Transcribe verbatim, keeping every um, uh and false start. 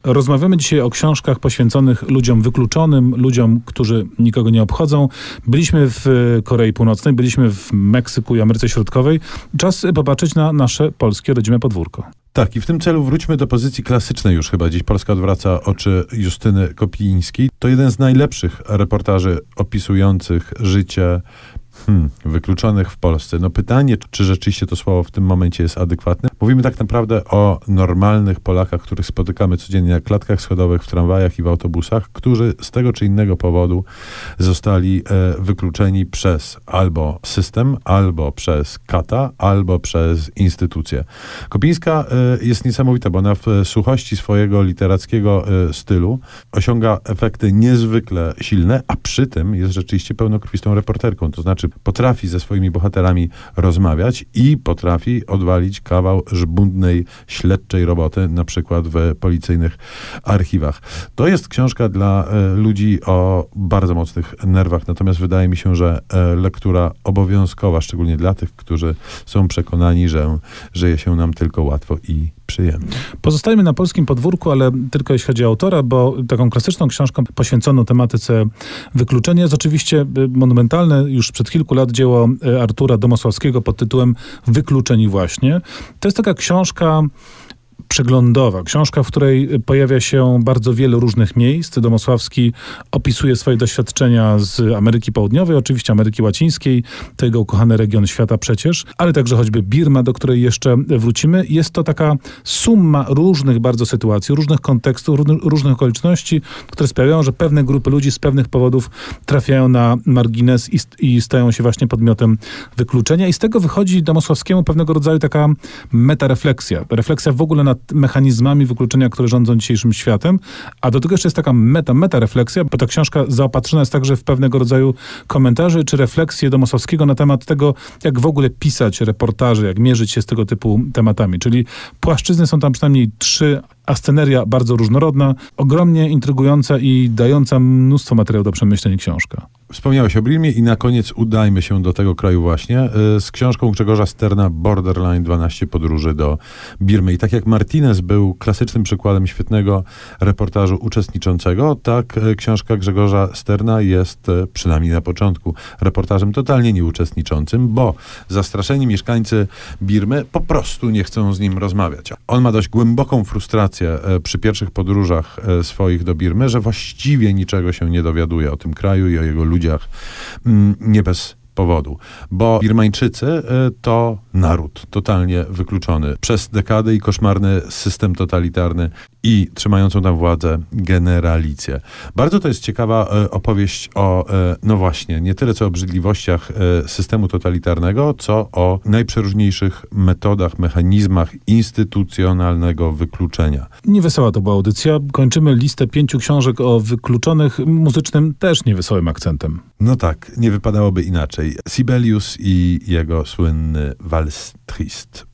Rozmawiamy dzisiaj o książkach poświęconych ludziom wykluczonym, ludziom, którzy nikogo nie obchodzą. Byliśmy w Korei Północnej, byliśmy w Meksyku i Ameryce Środkowej. Czas popatrzeć na nasze polskie rodzime podwórko. Tak, i w tym celu wróćmy do pozycji klasycznej już chyba. Dziś Polska odwraca oczy Justyny Kopińskiej. To jeden z najlepszych reportaży opisujących życie Hmm, wykluczonych w Polsce. No pytanie, czy rzeczywiście to słowo w tym momencie jest adekwatne. Mówimy tak naprawdę o normalnych Polakach, których spotykamy codziennie na klatkach schodowych, w tramwajach i w autobusach, którzy z tego czy innego powodu zostali e, wykluczeni przez albo system, albo przez kata, albo przez instytucje. Kopińska e, jest niesamowita, bo ona w suchości swojego literackiego e, stylu osiąga efekty niezwykle silne, a przy tym jest rzeczywiście pełnokrwistą reporterką. To znaczy potrafi ze swoimi bohaterami rozmawiać i potrafi odwalić kawał żbudnej, śledczej roboty, na przykład w policyjnych archiwach. To jest książka dla e, ludzi o bardzo mocnych nerwach, natomiast wydaje mi się, że e, lektura obowiązkowa, szczególnie dla tych, którzy są przekonani, że żyje się nam tylko łatwo i przyjemnie. Pozostajemy na polskim podwórku, ale tylko jeśli chodzi o autora, bo taką klasyczną książką poświęconą tematyce wykluczenia jest oczywiście monumentalne już przed kilku lat dzieło Artura Domosławskiego pod tytułem Wykluczeni właśnie. To jest taka książka przeglądowa. Książka, w której pojawia się bardzo wiele różnych miejsc. Domosławski opisuje swoje doświadczenia z Ameryki Południowej, oczywiście Ameryki Łacińskiej, to jego ukochany region świata przecież, ale także choćby Birma, do której jeszcze wrócimy. Jest to taka summa różnych bardzo sytuacji, różnych kontekstów, różnych okoliczności, które sprawiają, że pewne grupy ludzi z pewnych powodów trafiają na margines i, i stają się właśnie podmiotem wykluczenia. I z tego wychodzi Domosławskiemu pewnego rodzaju taka metarefleksja. Refleksja w ogóle nad mechanizmami wykluczenia, które rządzą dzisiejszym światem, a do tego jeszcze jest taka meta, meta-refleksja, bo ta książka zaopatrzona jest także w pewnego rodzaju komentarze czy refleksje Domosławskiego na temat tego, jak w ogóle pisać reportaże, jak mierzyć się z tego typu tematami. Czyli płaszczyzny są tam przynajmniej trzy, a sceneria bardzo różnorodna, ogromnie intrygująca i dająca mnóstwo materiału do przemyśleń książka. Wspomniałeś o Birmie i na koniec udajmy się do tego kraju właśnie z książką Grzegorza Sterna Borderline dwanaście podróży do Birmy. I tak jak Martinez był klasycznym przykładem świetnego reportażu uczestniczącego, tak książka Grzegorza Sterna jest, przynajmniej na początku, reportażem totalnie nieuczestniczącym, bo zastraszeni mieszkańcy Birmy po prostu nie chcą z nim rozmawiać. On ma dość głęboką frustrację przy pierwszych podróżach swoich do Birmy, że właściwie niczego się nie dowiaduje o tym kraju i o jego ludziach. Nie bez powodu, bo Birmańczycy to naród totalnie wykluczony przez dekady i koszmarny system totalitarny i trzymającą tam władzę generalicję. Bardzo to jest ciekawa opowieść o, no właśnie, nie tyle co o obrzydliwościach systemu totalitarnego, co o najprzeróżniejszych metodach, mechanizmach instytucjonalnego wykluczenia. Niewesoła to była audycja. Kończymy listę pięciu książek o wykluczonych muzycznym też niewesołym akcentem. No tak, nie wypadałoby inaczej. Sibelius i jego słynny Wals Trist.